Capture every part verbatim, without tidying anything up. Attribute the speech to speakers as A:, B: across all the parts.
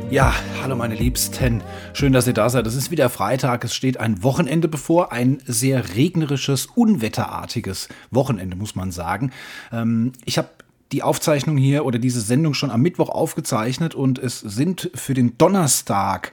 A: Ja, hallo meine Liebsten, schön, dass ihr da seid. Es ist wieder Freitag, es steht ein Wochenende bevor, ein sehr regnerisches, unwetterartiges Wochenende, muss man sagen. Ähm, ich habe die Aufzeichnung hier oder diese Sendung schon am Mittwoch aufgezeichnet und es sind für den Donnerstag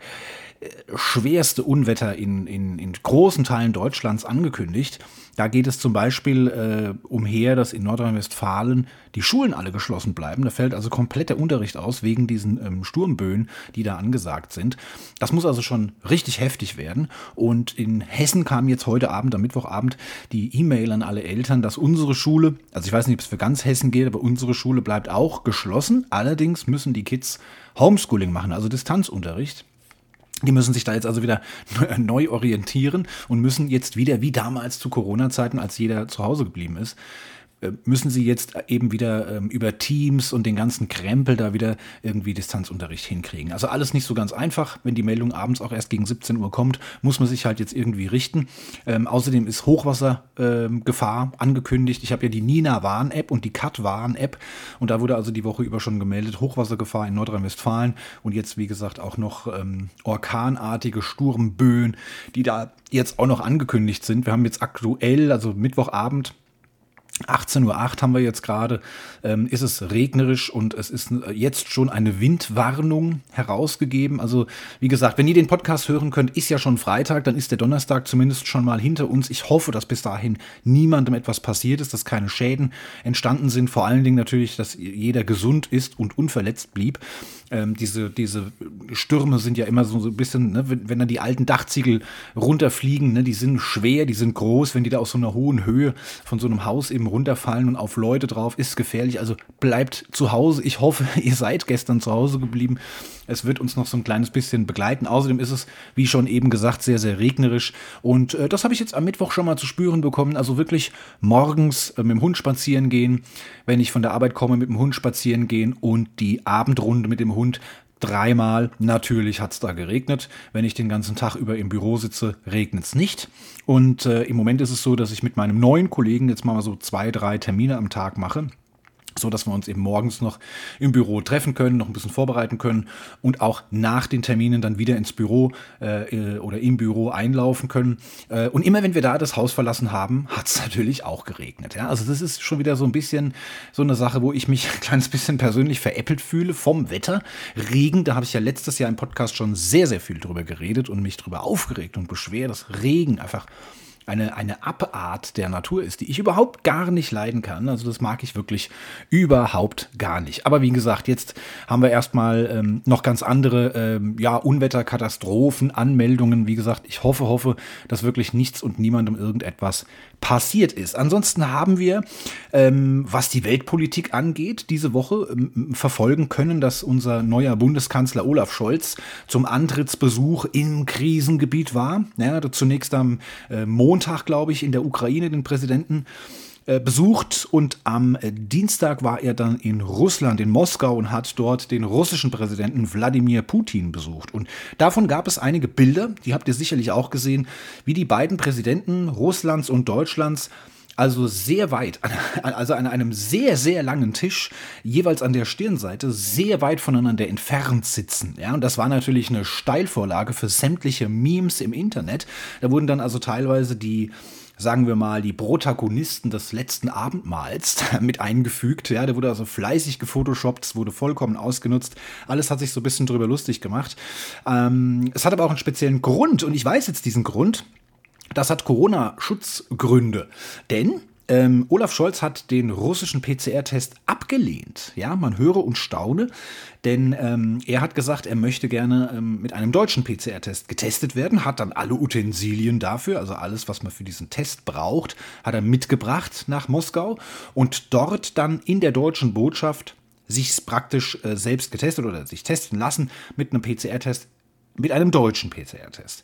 A: schwerste Unwetter in, in, in großen Teilen Deutschlands angekündigt. Da geht es zum Beispiel äh, umher, dass in Nordrhein-Westfalen die Schulen alle geschlossen bleiben. Da fällt also komplett der Unterricht aus wegen diesen ähm, Sturmböen, die da angesagt sind. Das muss also schon richtig heftig werden. Und in Hessen kam jetzt heute Abend, am Mittwochabend, die E-Mail an alle Eltern, dass unsere Schule, also ich weiß nicht, ob es für ganz Hessen geht, aber unsere Schule bleibt auch geschlossen. Allerdings müssen die Kids Homeschooling machen, also Distanzunterricht. Die müssen sich da jetzt also wieder neu orientieren und müssen jetzt wieder, wie damals zu Corona-Zeiten, als jeder zu Hause geblieben ist, müssen sie jetzt eben wieder ähm, über Teams und den ganzen Krempel da wieder irgendwie Distanzunterricht hinkriegen. Also alles nicht so ganz einfach. Wenn die Meldung abends auch erst gegen siebzehn Uhr kommt, muss man sich halt jetzt irgendwie richten. Ähm, außerdem ist Hochwassergefahr ähm, angekündigt. Ich habe ja die Nina-Warn-App und die Cat-Warn-App und da wurde also die Woche über schon gemeldet, Hochwassergefahr in Nordrhein-Westfalen und jetzt, wie gesagt, auch noch ähm, orkanartige Sturmböen, die da jetzt auch noch angekündigt sind. Wir haben jetzt aktuell, also Mittwochabend, achtzehn Uhr acht haben wir jetzt gerade, ähm, ist es regnerisch und es ist jetzt schon eine Windwarnung herausgegeben. Also wie gesagt, wenn ihr den Podcast hören könnt, ist ja schon Freitag, dann ist der Donnerstag zumindest schon mal hinter uns. Ich hoffe, dass bis dahin niemandem etwas passiert ist, dass keine Schäden entstanden sind. Vor allen Dingen natürlich, dass jeder gesund ist und unverletzt blieb. Ähm, diese, diese Stürme sind ja immer so, so ein bisschen, ne, wenn, wenn dann die alten Dachziegel runterfliegen, ne, die sind schwer, die sind groß, wenn die da aus so einer hohen Höhe von so einem Haus eben runterfallen und auf Leute drauf, ist gefährlich. Also bleibt zu Hause. Ich hoffe, ihr seid gestern zu Hause geblieben. Es wird uns noch so ein kleines bisschen begleiten. Außerdem ist es, wie schon eben gesagt, sehr, sehr regnerisch. Und äh, das habe ich jetzt am Mittwoch schon mal zu spüren bekommen. Also wirklich morgens äh, mit dem Hund spazieren gehen, wenn ich von der Arbeit komme, mit dem Hund spazieren gehen und die Abendrunde mit dem Hund dreimal. Natürlich hat es da geregnet. Wenn ich den ganzen Tag über im Büro sitze, regnet es nicht. Und äh, im Moment ist es so, dass ich mit meinem neuen Kollegen jetzt mal so zwei, drei Termine am Tag mache, so dass wir uns eben morgens noch im Büro treffen können, noch ein bisschen vorbereiten können und auch nach den Terminen dann wieder ins Büro äh, oder im Büro einlaufen können. Äh, und immer wenn wir da das Haus verlassen haben, hat es natürlich auch geregnet. Ja? Also das ist schon wieder so ein bisschen so eine Sache, wo ich mich ein kleines bisschen persönlich veräppelt fühle vom Wetter. Regen, da habe ich ja letztes Jahr im Podcast schon sehr, sehr viel drüber geredet und mich drüber aufgeregt und beschwert, dass Regen einfach Eine, eine Abart der Natur ist, die ich überhaupt gar nicht leiden kann. Also das mag ich wirklich überhaupt gar nicht. Aber wie gesagt, jetzt haben wir erstmal ähm, noch ganz andere ähm, ja, Unwetterkatastrophen, Anmeldungen. Wie gesagt, ich hoffe, hoffe, dass wirklich nichts und niemandem irgendetwas passiert ist. Ansonsten haben wir, ähm, was die Weltpolitik angeht, diese Woche ähm, verfolgen können, dass unser neuer Bundeskanzler Olaf Scholz zum Antrittsbesuch im Krisengebiet war. Ja, hat zunächst am äh, Montag, glaube ich, in der Ukraine den Präsidenten äh, besucht und am äh, Dienstag war er dann in Russland, in Moskau und hat dort den russischen Präsidenten Wladimir Putin besucht. Und davon gab es einige Bilder, die habt ihr sicherlich auch gesehen, wie die beiden Präsidenten Russlands und Deutschlands also sehr weit, also an einem sehr, sehr langen Tisch, jeweils an der Stirnseite, sehr weit voneinander entfernt sitzen. Ja, und das war natürlich eine Steilvorlage für sämtliche Memes im Internet. Da wurden dann also teilweise die, sagen wir mal, die Protagonisten des letzten Abendmahls mit eingefügt. Ja, da wurde also fleißig gefotoshoppt, es wurde vollkommen ausgenutzt. Alles hat sich so ein bisschen drüber lustig gemacht. Ähm, es hat aber auch einen speziellen Grund und ich weiß jetzt diesen Grund. Das hat Corona-Schutzgründe, denn ähm, Olaf Scholz hat den russischen P C R-Test abgelehnt. Ja, man höre und staune, denn ähm, er hat gesagt, er möchte gerne ähm, mit einem deutschen P C R-Test getestet werden, hat dann alle Utensilien dafür, also alles, was man für diesen Test braucht, hat er mitgebracht nach Moskau und dort dann in der deutschen Botschaft sich praktisch äh, selbst getestet oder sich testen lassen mit einem P C R-Test, mit einem deutschen P C R-Test.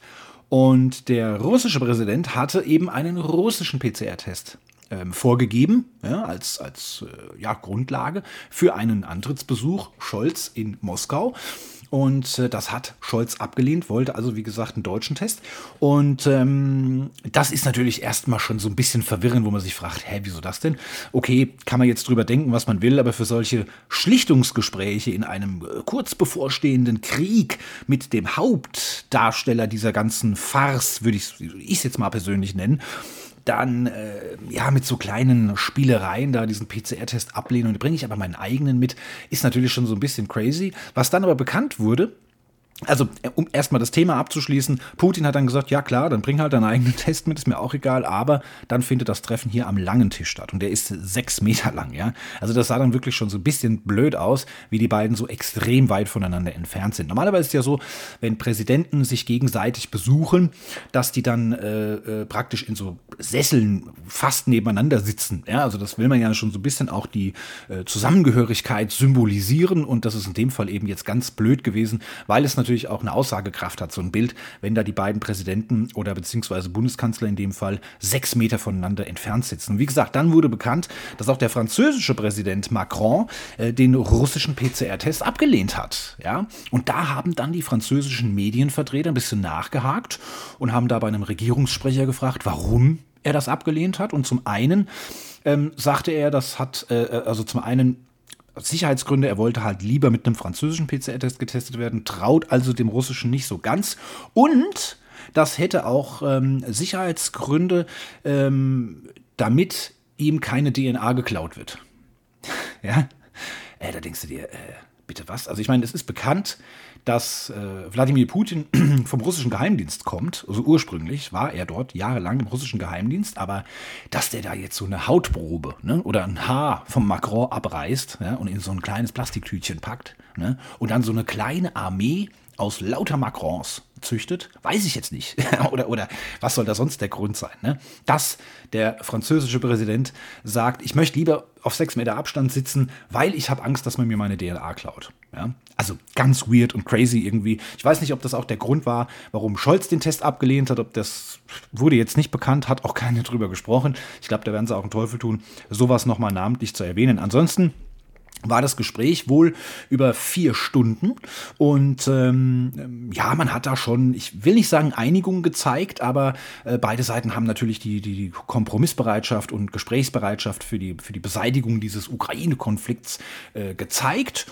A: Und der russische Präsident hatte eben einen russischen P C R-Test ähm, vorgegeben, ja, als, als äh, ja, Grundlage für einen Antrittsbesuch Scholz in Moskau. Und äh, das hat Scholz abgelehnt, wollte also, wie gesagt, einen deutschen Test. Und ähm, das ist natürlich erstmal schon so ein bisschen verwirrend, wo man sich fragt, hä, wieso das denn? Okay, kann man jetzt drüber denken, was man will, aber für solche Schlichtungsgespräche in einem äh, kurz bevorstehenden Krieg mit dem Hauptdarsteller dieser ganzen Farce, würde ich es jetzt mal persönlich nennen, dann äh, ja mit so kleinen Spielereien da diesen P C R-Test ablehnen und bringe ich aber meinen eigenen mit, ist natürlich schon so ein bisschen crazy. Was dann aber bekannt wurde, also um erstmal das Thema abzuschließen, Putin hat dann gesagt, ja klar, dann bring halt deinen eigenen Test mit, ist mir auch egal, aber dann findet das Treffen hier am langen Tisch statt und der ist sechs Meter lang, ja. Also das sah dann wirklich schon so ein bisschen blöd aus, wie die beiden so extrem weit voneinander entfernt sind. Normalerweise ist es ja so, wenn Präsidenten sich gegenseitig besuchen, dass die dann äh, äh, praktisch in so Sesseln fast nebeneinander sitzen, ja. Also das will man ja schon so ein bisschen auch die äh, Zusammengehörigkeit symbolisieren und das ist in dem Fall eben jetzt ganz blöd gewesen, weil es natürlich auch eine Aussagekraft hat, so ein Bild, wenn da die beiden Präsidenten oder beziehungsweise Bundeskanzler in dem Fall sechs Meter voneinander entfernt sitzen. Und wie gesagt, dann wurde bekannt, dass auch der französische Präsident Macron äh, den russischen P C R-Test abgelehnt hat. Ja? Und da haben dann die französischen Medienvertreter ein bisschen nachgehakt und haben da bei einem Regierungssprecher gefragt, warum er das abgelehnt hat. Und zum einen ähm, sagte er, das hat, äh, also zum einen Sicherheitsgründe, er wollte halt lieber mit einem französischen P C R-Test getestet werden, traut also dem russischen nicht so ganz. Und das hätte auch ähm, Sicherheitsgründe, ähm, damit ihm keine D N A geklaut wird. Ja, äh, da denkst du dir, äh, bitte was? Also ich meine, es ist bekannt, dass äh, Wladimir Putin vom russischen Geheimdienst kommt. Also ursprünglich war er dort jahrelang im russischen Geheimdienst, aber dass der da jetzt so eine Hautprobe, ne, oder ein Haar vom Macron abreißt, ja, und in so ein kleines Plastiktütchen packt, ne, und dann so eine kleine Armee aus lauter Macrons züchtet, weiß ich jetzt nicht. oder, oder was soll da sonst der Grund sein? Ne? Dass der französische Präsident sagt, ich möchte lieber auf sechs Meter Abstand sitzen, weil ich habe Angst, dass man mir meine D N A klaut. Ja? Also ganz weird und crazy irgendwie. Ich weiß nicht, ob das auch der Grund war, warum Scholz den Test abgelehnt hat. Ob das wurde jetzt nicht bekannt, hat auch keiner drüber gesprochen. Ich glaube, da werden sie auch einen Teufel tun, sowas nochmal namentlich zu erwähnen. Ansonsten war das Gespräch wohl über vier Stunden und ähm, ja, man hat da schon, ich will nicht sagen Einigung gezeigt, aber äh, beide Seiten haben natürlich die, die Kompromissbereitschaft und Gesprächsbereitschaft für die, für die Beseitigung dieses Ukraine-Konflikts äh, gezeigt.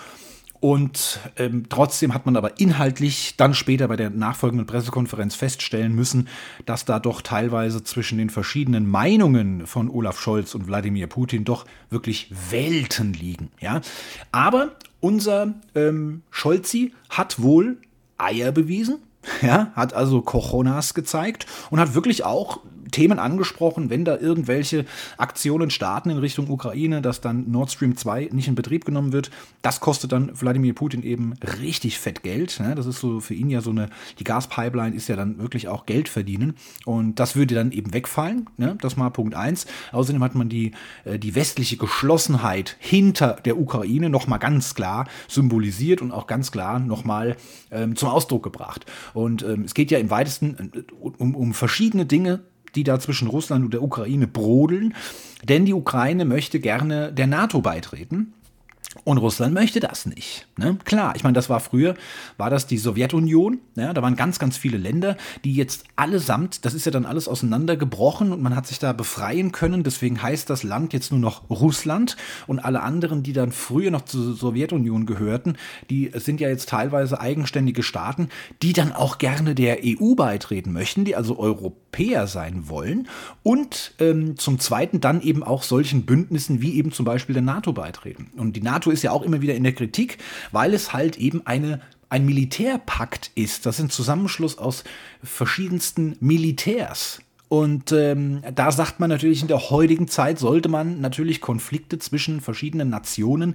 A: Und ähm, trotzdem hat man aber inhaltlich dann später bei der nachfolgenden Pressekonferenz feststellen müssen, dass da doch teilweise zwischen den verschiedenen Meinungen von Olaf Scholz und Wladimir Putin doch wirklich Welten liegen. Ja? Aber unser ähm, Scholzi hat wohl Eier bewiesen. Ja, hat also Cojones gezeigt und hat wirklich auch Themen angesprochen, wenn da irgendwelche Aktionen starten in Richtung Ukraine, dass dann Nord Stream zwei nicht in Betrieb genommen wird. Das kostet dann Wladimir Putin eben richtig fett Geld. Ne? Das ist so für ihn ja so eine, die Gaspipeline ist ja dann wirklich auch Geld verdienen und das würde dann eben wegfallen. Ne? Das mal Punkt eins. Außerdem hat man die, die westliche Geschlossenheit hinter der Ukraine nochmal ganz klar symbolisiert und auch ganz klar nochmal ähm, zum Ausdruck gebracht. Und ähm, es geht ja im weitesten äh, um, um verschiedene Dinge, die da zwischen Russland und der Ukraine brodeln. Denn die Ukraine möchte gerne der NATO beitreten. Und Russland möchte das nicht. Ne? Klar, ich meine, das war früher, war das die Sowjetunion. Ja, da waren ganz, ganz viele Länder, die jetzt allesamt, das ist ja dann alles auseinandergebrochen und man hat sich da befreien können. Deswegen heißt das Land jetzt nur noch Russland. Und alle anderen, die dann früher noch zur Sowjetunion gehörten, die sind ja jetzt teilweise eigenständige Staaten, die dann auch gerne der E U beitreten möchten, die also Europäer sein wollen. Und ähm, zum Zweiten dann eben auch solchen Bündnissen wie eben zum Beispiel der NATO beitreten. Und die NATO ist ja auch immer wieder in der Kritik, weil es halt eben eine, ein Militärpakt ist. Das ist ein Zusammenschluss aus verschiedensten Militärs. Und ähm, da sagt man natürlich, in der heutigen Zeit sollte man natürlich Konflikte zwischen verschiedenen Nationen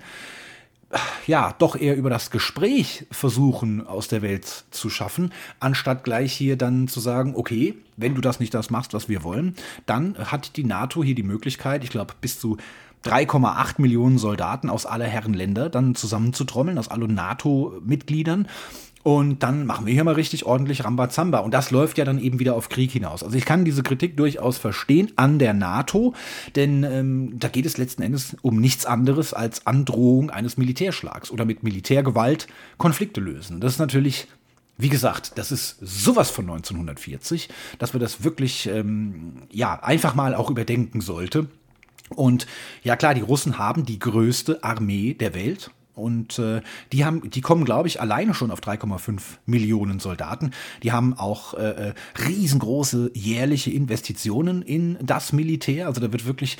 A: ja, doch eher über das Gespräch versuchen, aus der Welt zu schaffen, anstatt gleich hier dann zu sagen, okay, wenn du das nicht das machst, was wir wollen, dann hat die NATO hier die Möglichkeit, ich glaube, bis zu drei Komma acht Millionen Soldaten aus aller Herren Länder dann zusammenzutrommeln, aus allen NATO-Mitgliedern. Und dann machen wir hier mal richtig ordentlich Rambazamba. Und das läuft ja dann eben wieder auf Krieg hinaus. Also ich kann diese Kritik durchaus verstehen an der NATO, denn ähm, da geht es letzten Endes um nichts anderes als Androhung eines Militärschlags oder mit Militärgewalt Konflikte lösen. Das ist natürlich, wie gesagt, das ist sowas von neunzehnhundertvierzig, dass wir das wirklich ähm, ja, einfach mal auch überdenken sollte. Und ja klar, die Russen haben die größte Armee der Welt. Und äh, die haben, die kommen, glaube ich, alleine schon auf drei Komma fünf Millionen Soldaten. Die haben auch äh, riesengroße jährliche Investitionen in das Militär. Also da wird wirklich,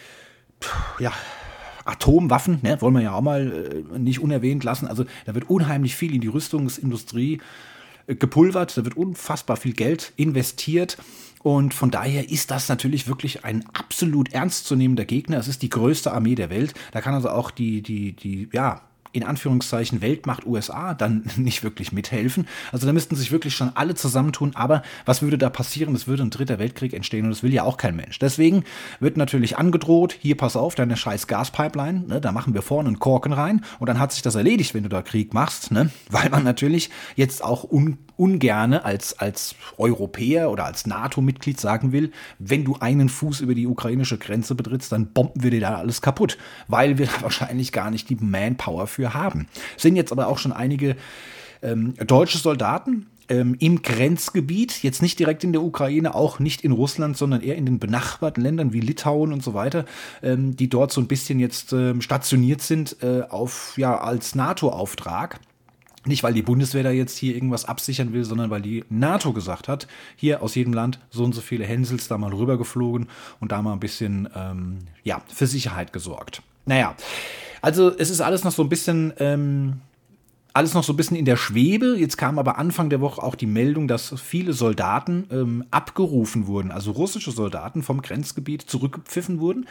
A: ja, Atomwaffen, ne, wollen wir ja auch mal äh, nicht unerwähnt lassen. Also da wird unheimlich viel in die Rüstungsindustrie äh, gepulvert. Da wird unfassbar viel Geld investiert. Und von daher ist das natürlich wirklich ein absolut ernstzunehmender Gegner. Es ist die größte Armee der Welt. Da kann also auch die, die, die, ja, in Anführungszeichen Weltmacht U S A dann nicht wirklich mithelfen. Also da müssten sich wirklich schon alle zusammentun. Aber was würde da passieren? Es würde ein dritter Weltkrieg entstehen und das will ja auch kein Mensch. Deswegen wird natürlich angedroht, hier pass auf, deine scheiß Gaspipeline, ne, da machen wir vorne einen Korken rein und dann hat sich das erledigt, wenn du da Krieg machst, ne? Weil man natürlich jetzt auch un, ungerne als, als Europäer oder als NATO-Mitglied sagen will, wenn du einen Fuß über die ukrainische Grenze betrittst, dann bomben wir dir da alles kaputt, weil wir da wahrscheinlich gar nicht die Manpower für haben. Es sind jetzt aber auch schon einige ähm, deutsche Soldaten ähm, im Grenzgebiet, jetzt nicht direkt in der Ukraine, auch nicht in Russland, sondern eher in den benachbarten Ländern wie Litauen und so weiter, ähm, die dort so ein bisschen jetzt ähm, stationiert sind äh, auf, ja, als NATO-Auftrag. Nicht, weil die Bundeswehr da jetzt hier irgendwas absichern will, sondern weil die NATO gesagt hat, hier aus jedem Land so und so viele Hänsels da mal rübergeflogen und da mal ein bisschen ähm, ja, für Sicherheit gesorgt. Naja, also es ist alles noch so ein bisschen, ähm, alles noch so ein bisschen in der Schwebe. Jetzt kam aber Anfang der Woche auch die Meldung, dass viele Soldaten ähm, abgerufen wurden, also russische Soldaten vom Grenzgebiet zurückgepfiffen wurden.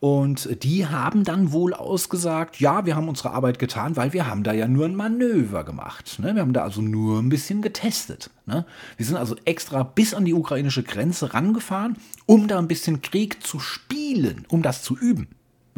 A: Und die haben dann wohl ausgesagt, ja, wir haben unsere Arbeit getan, weil wir haben da ja nur ein Manöver gemacht. Ne? Wir haben da also nur ein bisschen getestet. Ne? Wir sind also extra bis an die ukrainische Grenze rangefahren, um da ein bisschen Krieg zu spielen, um das zu üben.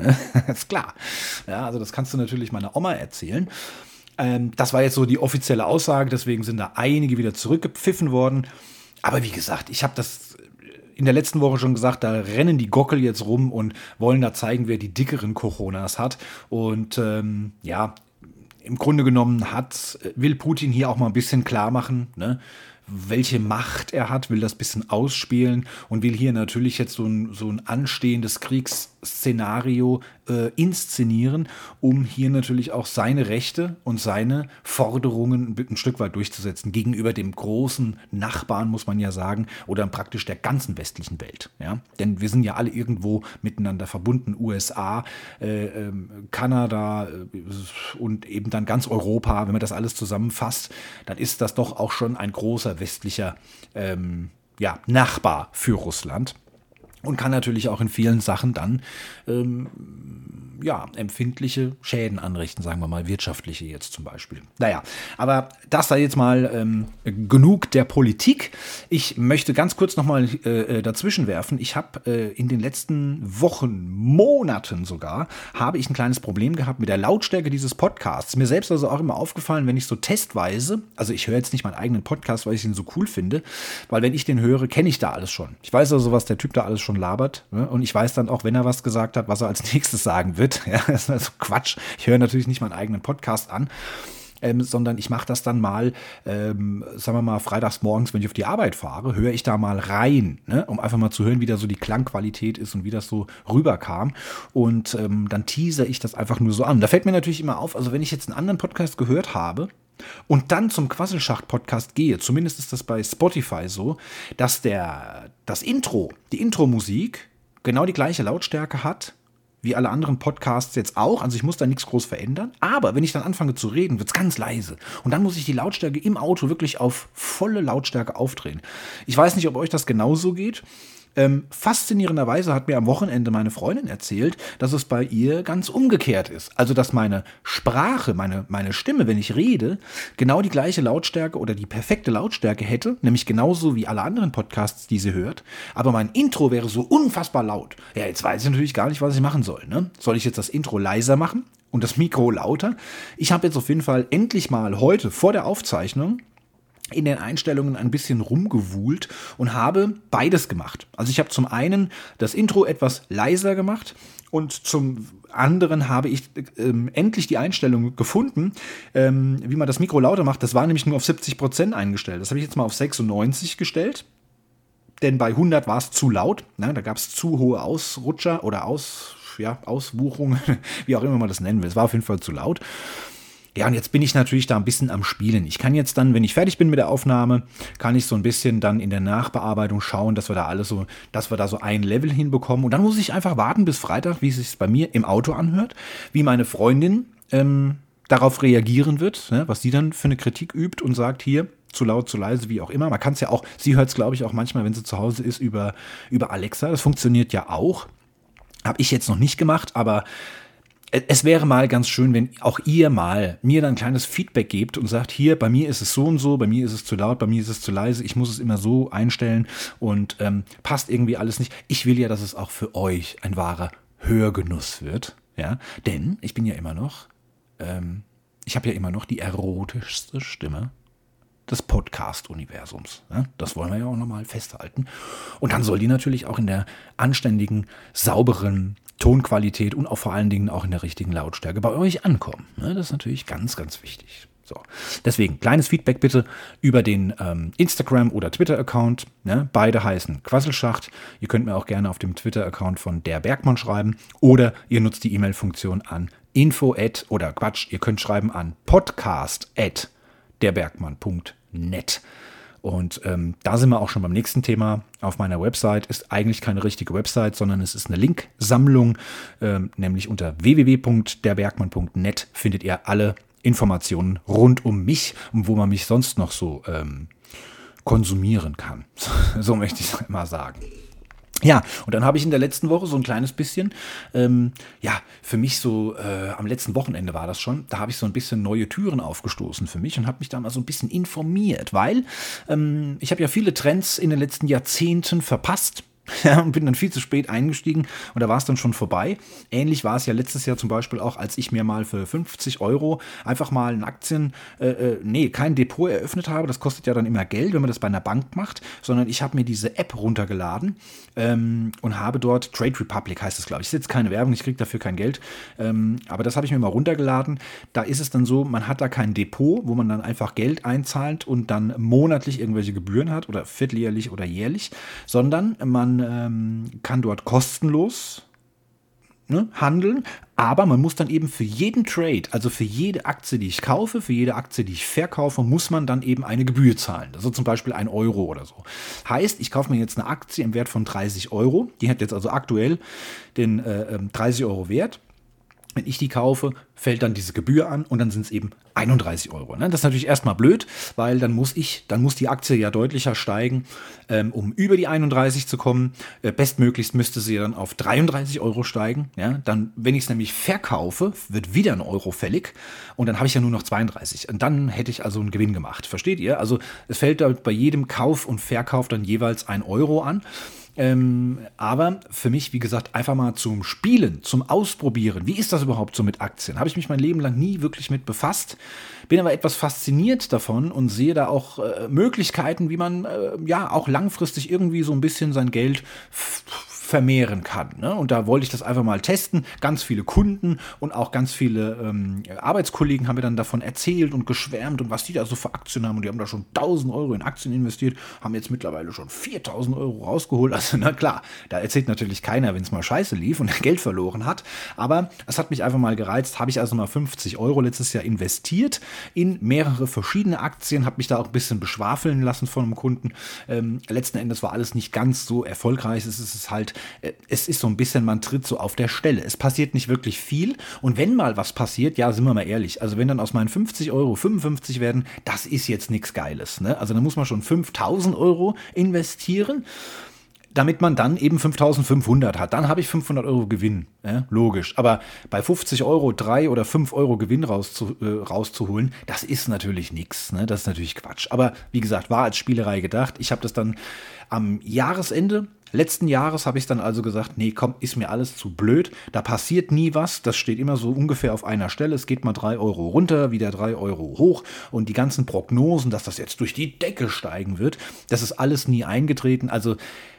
A: Ist klar. Ja, also das kannst du natürlich meiner Oma erzählen. Ähm, das war jetzt so die offizielle Aussage, deswegen sind da einige wieder zurückgepfiffen worden. Aber wie gesagt, ich habe das in der letzten Woche schon gesagt, da rennen die Gockel jetzt rum und wollen da zeigen, wer die dickeren Coronas hat. Und ähm, ja, im Grunde genommen hat, will Putin hier auch mal ein bisschen klar machen, ne, welche Macht er hat, will das ein bisschen ausspielen und will hier natürlich jetzt so ein, so ein anstehendes Kriegsszenario äh, inszenieren, um hier natürlich auch seine Rechte und seine Forderungen ein Stück weit durchzusetzen gegenüber dem großen Nachbarn, muss man ja sagen, oder praktisch der ganzen westlichen Welt. Ja? Denn wir sind ja alle irgendwo miteinander verbunden, U S A, äh, äh, Kanada äh, und eben dann ganz Europa. Wenn man das alles zusammenfasst, dann ist das doch auch schon ein großer westlicher ähm, ja, Nachbar für Russland und kann natürlich auch in vielen Sachen dann ähm, ja, empfindliche Schäden anrichten, sagen wir mal, wirtschaftliche jetzt zum Beispiel. Naja, aber das sei jetzt mal ähm, genug der Politik. Ich möchte ganz kurz nochmal äh, dazwischen werfen. Ich habe äh, in den letzten Wochen, Monaten sogar, habe ich ein kleines Problem gehabt mit der Lautstärke dieses Podcasts. Mir selbst also auch immer aufgefallen, wenn ich so testweise, also ich höre jetzt nicht meinen eigenen Podcast, weil ich ihn so cool finde, weil wenn ich den höre, kenne ich da alles schon. Ich weiß also, was der Typ da alles schon labert, ne? Und ich weiß dann auch, wenn er was gesagt hat, was er als nächstes sagen wird. Ja, das ist also Quatsch. Ich höre natürlich nicht meinen eigenen Podcast an, ähm, sondern ich mache das dann mal, ähm, sagen wir mal, freitags morgens, wenn ich auf die Arbeit fahre, höre ich da mal rein, ne, um einfach mal zu hören, wie da so die Klangqualität ist und wie das so rüberkam. Und ähm, dann teaser ich das einfach nur so an. Da fällt mir natürlich immer auf, also wenn ich jetzt einen anderen Podcast gehört habe, und dann zum Quasselschacht-Podcast gehe, zumindest ist das bei Spotify so, dass der, das Intro, die Intro-Musik genau die gleiche Lautstärke hat, wie alle anderen Podcasts jetzt auch. Also ich muss da nichts groß verändern. Aber wenn ich dann anfange zu reden, wird es ganz leise. Und dann muss ich die Lautstärke im Auto wirklich auf volle Lautstärke aufdrehen. Ich weiß nicht, ob euch das genauso geht. Ähm, faszinierenderweise hat mir am Wochenende meine Freundin erzählt, dass es bei ihr ganz umgekehrt ist. Also, dass meine Sprache, meine, meine Stimme, wenn ich rede, genau die gleiche Lautstärke oder die perfekte Lautstärke hätte, nämlich genauso wie alle anderen Podcasts, die sie hört. Aber mein Intro wäre so unfassbar laut. Ja, jetzt weiß ich natürlich gar nicht, was ich machen soll. Ne? Soll ich jetzt das Intro leiser machen? und das Mikro lauter. Ich habe jetzt auf jeden Fall endlich mal heute vor der Aufzeichnung in den Einstellungen ein bisschen rumgewühlt und habe beides gemacht. Also ich habe zum einen das Intro etwas leiser gemacht und zum anderen habe ich ähm, endlich die Einstellung gefunden, ähm, wie man das Mikro lauter macht. Das war nämlich nur auf siebzig Prozent eingestellt. Das habe ich jetzt mal auf sechsundneunzig gestellt. Denn bei hundert war es zu laut. Ne? Da gab es zu hohe Ausrutscher oder Aus, ja, Auswucherungen, wie auch immer man das nennen will. Es war auf jeden Fall zu laut. Ja, und jetzt bin ich natürlich da ein bisschen am Spielen. Ich kann jetzt dann, wenn ich fertig bin mit der Aufnahme, kann ich so ein bisschen dann in der Nachbearbeitung schauen, dass wir da alles so, dass wir da so ein Level hinbekommen. Und dann muss ich einfach warten bis Freitag, wie es sich bei mir im Auto anhört, wie meine Freundin ähm, darauf reagieren wird, ne, was sie dann für eine Kritik übt und sagt, hier, zu laut, zu leise, wie auch immer. Man kann es ja auch, sie hört es, glaube ich, auch manchmal, wenn sie zu Hause ist, über, über Alexa. Das funktioniert ja auch. Habe ich jetzt noch nicht gemacht, aber es wäre mal ganz schön, wenn auch ihr mal mir dann ein kleines Feedback gebt und sagt, hier, bei mir ist es so und so, bei mir ist es zu laut, bei mir ist es zu leise, ich muss es immer so einstellen und ähm, passt irgendwie alles nicht. Ich will ja, dass es auch für euch ein wahrer Hörgenuss wird, ja, denn ich bin ja immer noch, ähm, ich habe ja immer noch die erotischste Stimme des Podcast-Universums. Ja, das wollen wir ja auch nochmal festhalten. Und dann soll die natürlich auch in der anständigen, sauberen Tonqualität und auch vor allen Dingen auch in der richtigen Lautstärke bei euch ankommen. Ja, das ist natürlich ganz, ganz wichtig. So. Deswegen, kleines Feedback bitte über den ähm, Instagram- oder Twitter-Account. Ja, beide heißen Quasselschacht. Ihr könnt mir auch gerne auf dem Twitter-Account von der Bergmann schreiben oder ihr nutzt die E-Mail-Funktion an info at oder Quatsch, ihr könnt schreiben an podcast at derbergmann punkt net. Und ähm, da sind wir auch schon beim nächsten Thema. Auf meiner Website ist eigentlich keine richtige Website, sondern es ist eine Linksammlung, ähm, nämlich unter w w w punkt derbergmann punkt net findet ihr alle Informationen rund um mich und wo man mich sonst noch so ähm, konsumieren kann. So möchte ich es mal sagen. Ja, und dann habe ich in der letzten Woche so ein kleines bisschen, ähm, ja, für mich so, äh, am letzten Wochenende war das schon, da habe ich so ein bisschen neue Türen aufgestoßen für mich und habe mich da mal so ein bisschen informiert, weil ähm, ich habe ja viele Trends in den letzten Jahrzehnten verpasst. Ja, und bin dann viel zu spät eingestiegen und da war es dann schon vorbei. Ähnlich war es ja letztes Jahr zum Beispiel auch, als ich mir mal für fünfzig Euro einfach mal ein Aktien, äh, äh, nee, kein Depot eröffnet habe. Das kostet ja dann immer Geld, wenn man das bei einer Bank macht, sondern ich habe mir diese App runtergeladen ähm, und habe dort, Trade Republic heißt es, glaube ich. Das ist jetzt keine Werbung, ich kriege dafür kein Geld, ähm, aber das habe ich mir mal runtergeladen. Da ist es dann so, man hat da kein Depot, wo man dann einfach Geld einzahlt und dann monatlich irgendwelche Gebühren hat oder vierteljährlich oder jährlich, sondern man ähm, kann dort kostenlos ne, handeln, aber man muss dann eben für jeden Trade, also für jede Aktie, die ich kaufe, für jede Aktie, die ich verkaufe, muss man dann eben eine Gebühr zahlen. Also zum Beispiel ein Euro oder so. Heißt, ich kaufe mir jetzt eine Aktie im Wert von dreißig Euro, die hat jetzt also aktuell den äh, dreißig Euro Wert. Wenn ich die kaufe, fällt dann diese Gebühr an und dann sind es eben einunddreißig Euro. Ne? Das ist natürlich erstmal blöd, weil dann muss ich, dann muss die Aktie ja deutlicher steigen, ähm, um über die einunddreißig zu kommen. Äh, bestmöglichst müsste sie dann auf dreiunddreißig Euro steigen. Ja? Dann, wenn ich es nämlich verkaufe, wird wieder ein Euro fällig und dann habe ich ja nur noch zweiunddreißig. Und dann hätte ich also einen Gewinn gemacht. Versteht ihr? Also es fällt da bei jedem Kauf und Verkauf dann jeweils ein Euro an. Ähm, aber für mich, wie gesagt, einfach mal zum Spielen, zum Ausprobieren. Wie ist das überhaupt so mit Aktien? Habe ich mich mein Leben lang nie wirklich mit befasst. Bin aber etwas fasziniert davon und sehe da auch äh, Möglichkeiten, wie man äh, ja auch langfristig irgendwie so ein bisschen sein Geld f- vermehren kann. Ne? Und da wollte ich das einfach mal testen. Ganz viele Kunden und auch ganz viele ähm, Arbeitskollegen haben mir dann davon erzählt und geschwärmt und was die da so für Aktien haben. Und die haben da schon tausend Euro in Aktien investiert, haben jetzt mittlerweile schon viertausend Euro rausgeholt. Also na klar, da erzählt natürlich keiner, wenn es mal scheiße lief und er Geld verloren hat. Aber es hat mich einfach mal gereizt. Habe ich also mal fünfzig Euro letztes Jahr investiert in mehrere verschiedene Aktien, habe mich da auch ein bisschen beschwafeln lassen von einem Kunden. Ähm, letzten Endes war alles nicht ganz so erfolgreich. Es ist halt Es ist so ein bisschen, man tritt so auf der Stelle. Es passiert nicht wirklich viel. Und wenn mal was passiert, ja, sind wir mal ehrlich, also wenn dann aus meinen fünfzig Euro fünfundfünfzig werden, das ist jetzt nichts Geiles. Ne? Also da muss man schon fünftausend Euro investieren, damit man dann eben fünftausendfünfhundert hat. Dann habe ich fünfhundert Euro Gewinn, ja, logisch. Aber bei fünfzig Euro drei oder fünf Euro Gewinn rauszu, äh, rauszuholen, das ist natürlich nichts. Ne? Das ist natürlich Quatsch. Aber wie gesagt, war als Spielerei gedacht. Ich habe das dann am Jahresende, letzten Jahres habe ich dann also gesagt, nee, komm, ist mir alles zu blöd. Da passiert nie was. Das steht immer so ungefähr auf einer Stelle. Es geht mal drei Euro runter, wieder drei Euro hoch. Und die ganzen Prognosen, dass das jetzt durch die Decke steigen wird, das ist alles nie eingetreten. Also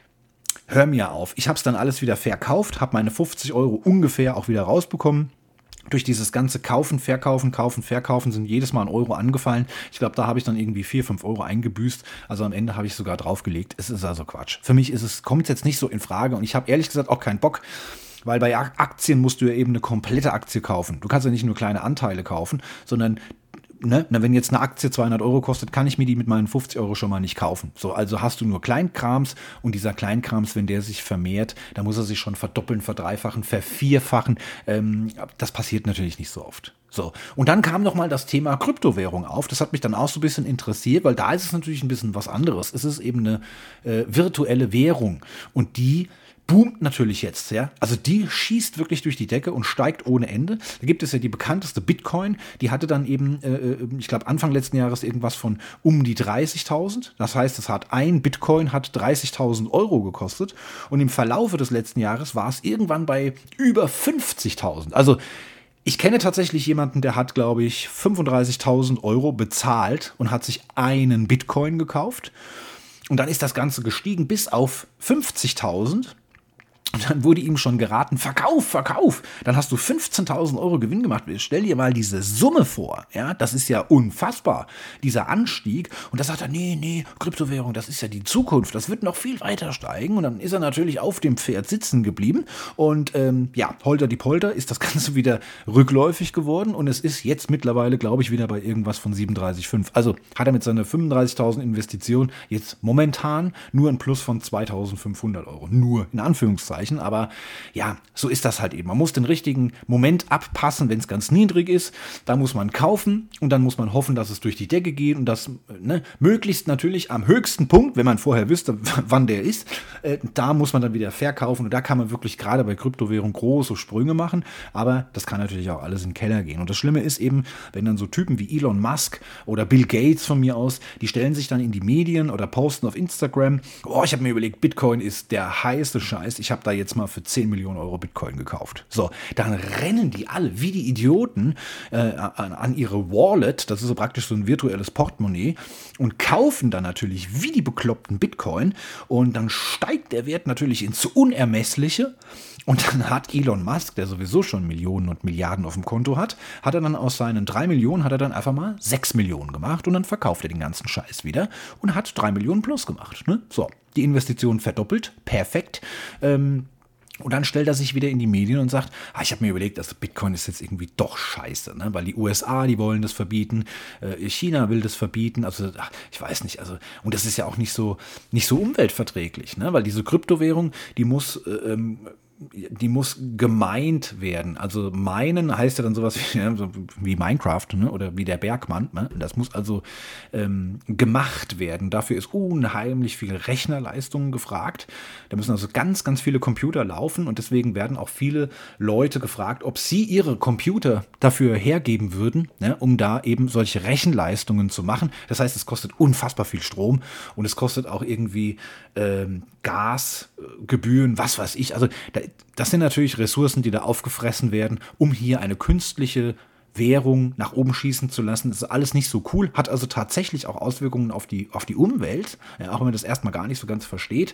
A: hör mir auf. Ich habe es dann alles wieder verkauft, habe meine fünfzig Euro ungefähr auch wieder rausbekommen. Durch dieses ganze Kaufen, Verkaufen, Kaufen, Verkaufen sind jedes Mal ein Euro angefallen. Ich glaube, da habe ich dann irgendwie vier, fünf Euro eingebüßt. Also am Ende habe ich sogar draufgelegt. Es ist also Quatsch. Für mich ist es, kommt es jetzt nicht so in Frage. Und ich habe ehrlich gesagt auch keinen Bock, weil bei Aktien musst du ja eben eine komplette Aktie kaufen. Du kannst ja nicht nur kleine Anteile kaufen, sondern Ne? Na, wenn jetzt eine Aktie zweihundert Euro kostet, kann ich mir die mit meinen fünfzig Euro schon mal nicht kaufen. So, also hast du nur Kleinkrams und dieser Kleinkrams, wenn der sich vermehrt, da muss er sich schon verdoppeln, verdreifachen, vervierfachen. Ähm, das passiert natürlich nicht so oft. So, und dann kam noch mal das Thema Kryptowährung auf. Das hat mich dann auch so ein bisschen interessiert, weil da ist es natürlich ein bisschen was anderes. Es ist eben eine äh, virtuelle Währung und die boomt natürlich jetzt, ja. Also die schießt wirklich durch die Decke und steigt ohne Ende. Da gibt es ja die bekannteste Bitcoin, die hatte dann eben, äh, ich glaube Anfang letzten Jahres irgendwas von um die dreißigtausend. Das heißt, es hat ein Bitcoin hat dreißigtausend Euro gekostet und im Verlaufe des letzten Jahres war es irgendwann bei über fünfzigtausend. Also ich kenne tatsächlich jemanden, der hat, glaube ich, fünfunddreißigtausend Euro bezahlt und hat sich einen Bitcoin gekauft. Und dann ist das Ganze gestiegen bis auf fünfzigtausend. Und dann wurde ihm schon geraten, verkauf, verkauf. Dann hast du fünfzehntausend Euro Gewinn gemacht. Stell dir mal diese Summe vor. Ja, das ist ja unfassbar, dieser Anstieg. Und da sagt er, nee, nee, Kryptowährung, das ist ja die Zukunft. Das wird noch viel weiter steigen. Und dann ist er natürlich auf dem Pferd sitzen geblieben. Und ähm, ja, holter die Polter ist das Ganze wieder rückläufig geworden. Und es ist jetzt mittlerweile, glaube ich, wieder bei irgendwas von siebenunddreißig Komma fünf. Also hat er mit seiner fünfunddreißigtausend Investition jetzt momentan nur ein Plus von zweitausendfünfhundert Euro. Nur, in Anführungszeichen. Aber ja, so ist das halt eben. Man muss den richtigen Moment abpassen, wenn es ganz niedrig ist. Da muss man kaufen und dann muss man hoffen, dass es durch die Decke geht und das ne, möglichst natürlich am höchsten Punkt, wenn man vorher wüsste, wann der ist, äh, da muss man dann wieder verkaufen und da kann man wirklich gerade bei Kryptowährung große Sprünge machen, aber das kann natürlich auch alles in den Keller gehen. Und das Schlimme ist eben, wenn dann so Typen wie Elon Musk oder Bill Gates von mir aus, die stellen sich dann in die Medien oder posten auf Instagram, oh, ich habe mir überlegt, Bitcoin ist der heiße Scheiß, ich habe da jetzt mal für zehn Millionen Euro Bitcoin gekauft. So, dann rennen die alle wie die Idioten äh, an, an ihre Wallet, das ist so praktisch so ein virtuelles Portemonnaie, und kaufen dann natürlich wie die bekloppten Bitcoin und dann steigt der Wert natürlich ins Unermessliche und dann hat Elon Musk, der sowieso schon Millionen und Milliarden auf dem Konto hat, hat er dann aus seinen drei Millionen, hat er dann einfach mal sechs Millionen gemacht und dann verkauft er den ganzen Scheiß wieder und hat drei Millionen plus gemacht. Ne? So, die Investition verdoppelt, perfekt. Ähm, Und dann stellt er sich wieder in die Medien und sagt, ah, ich habe mir überlegt, also Bitcoin ist jetzt irgendwie doch scheiße, ne? Weil die U S A, die wollen das verbieten, äh, China will das verbieten, also ach, ich weiß nicht, also und das ist ja auch nicht so nicht so umweltverträglich, ne? Weil diese Kryptowährung, die muss äh, ähm, die muss gemeint werden. Also meinen heißt ja dann sowas wie, ja, so wie Minecraft, ne? Oder wie der Bergmann. Ne? Das muss also ähm, gemacht werden. Dafür ist unheimlich viel Rechnerleistung gefragt. Da müssen also ganz, ganz viele Computer laufen und deswegen werden auch viele Leute gefragt, ob sie ihre Computer dafür hergeben würden, ne? Um da eben solche Rechenleistungen zu machen. Das heißt, es kostet unfassbar viel Strom und es kostet auch irgendwie ähm, Gasgebühren, was weiß ich. Also da, das sind natürlich Ressourcen, die da aufgefressen werden, um hier eine künstliche Währung nach oben schießen zu lassen. Das ist alles nicht so cool, hat also tatsächlich auch Auswirkungen auf die, auf die Umwelt, ja, auch wenn man das erstmal gar nicht so ganz versteht.